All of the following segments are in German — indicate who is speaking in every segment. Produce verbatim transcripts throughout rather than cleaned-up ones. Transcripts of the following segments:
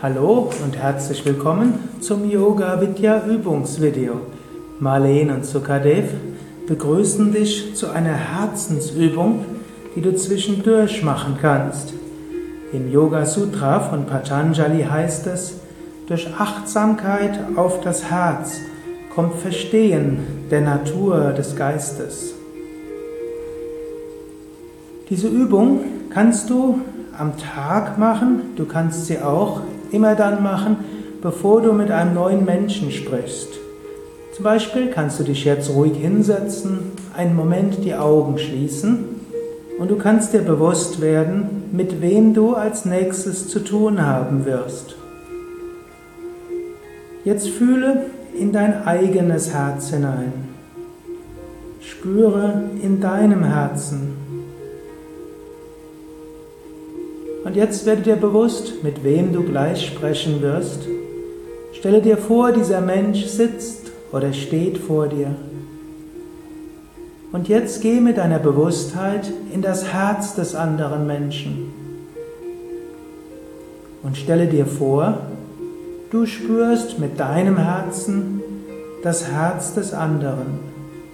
Speaker 1: Hallo und herzlich willkommen zum Yoga Vidya Übungsvideo. Marlene und Sukadev begrüßen dich zu einer Herzensübung, die du zwischendurch machen kannst. Im Yoga Sutra von Patanjali heißt es: Durch Achtsamkeit auf das Herz kommt Verstehen der Natur des Geistes. Diese Übung kannst du am Tag machen, du kannst sie auch immer dann machen, bevor du mit einem neuen Menschen sprichst. Zum Beispiel kannst du dich jetzt ruhig hinsetzen, einen Moment die Augen schließen und du kannst dir bewusst werden, mit wem du als nächstes zu tun haben wirst. Jetzt fühle in dein eigenes Herz hinein. Spüre in deinem Herzen. Und jetzt werde dir bewusst, mit wem du gleich sprechen wirst. Stelle dir vor, dieser Mensch sitzt oder steht vor dir. Und jetzt geh mit deiner Bewusstheit in das Herz des anderen Menschen. Und stelle dir vor, du spürst mit deinem Herzen das Herz des anderen.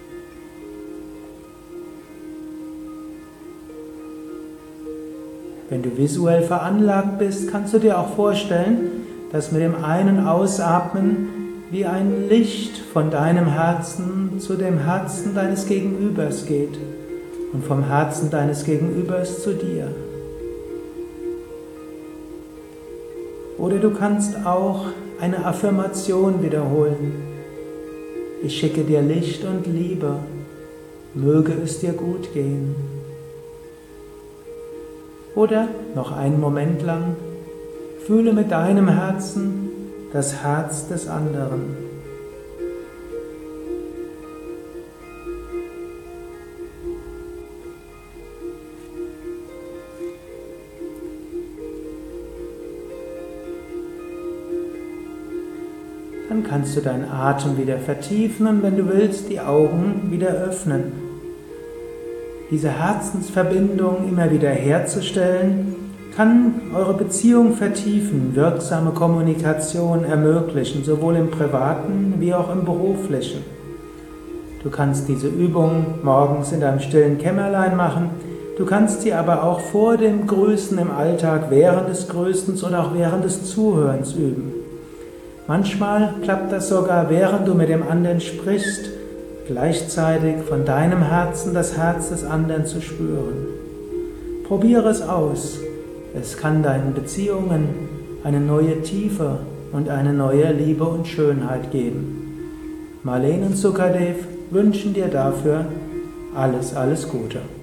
Speaker 1: Wenn du visuell veranlagt bist, kannst du dir auch vorstellen, dass mit dem einen Ausatmen wie ein Licht von deinem Herzen zu dem Herzen deines Gegenübers geht und vom Herzen deines Gegenübers zu dir. Oder du kannst auch eine Affirmation wiederholen. Ich schicke dir Licht und Liebe, möge es dir gut gehen. Oder noch einen Moment lang, fühle mit deinem Herzen das Herz des anderen. Dann kannst du deinen Atem wieder vertiefen und wenn du willst, die Augen wieder öffnen. Diese Herzensverbindung immer wieder herzustellen, kann eure Beziehung vertiefen, wirksame Kommunikation ermöglichen, sowohl im Privaten wie auch im Beruflichen. Du kannst diese Übung morgens in deinem stillen Kämmerlein machen, du kannst sie aber auch vor dem Grüßen im Alltag, während des Grüßens oder auch während des Zuhörens üben. Manchmal klappt das sogar, während du mit dem anderen sprichst, gleichzeitig von deinem Herzen das Herz des anderen zu spüren. Probiere es aus. Es kann deinen Beziehungen eine neue Tiefe und eine neue Liebe und Schönheit geben. Marlene und Sukadev wünschen dir dafür alles, alles Gute.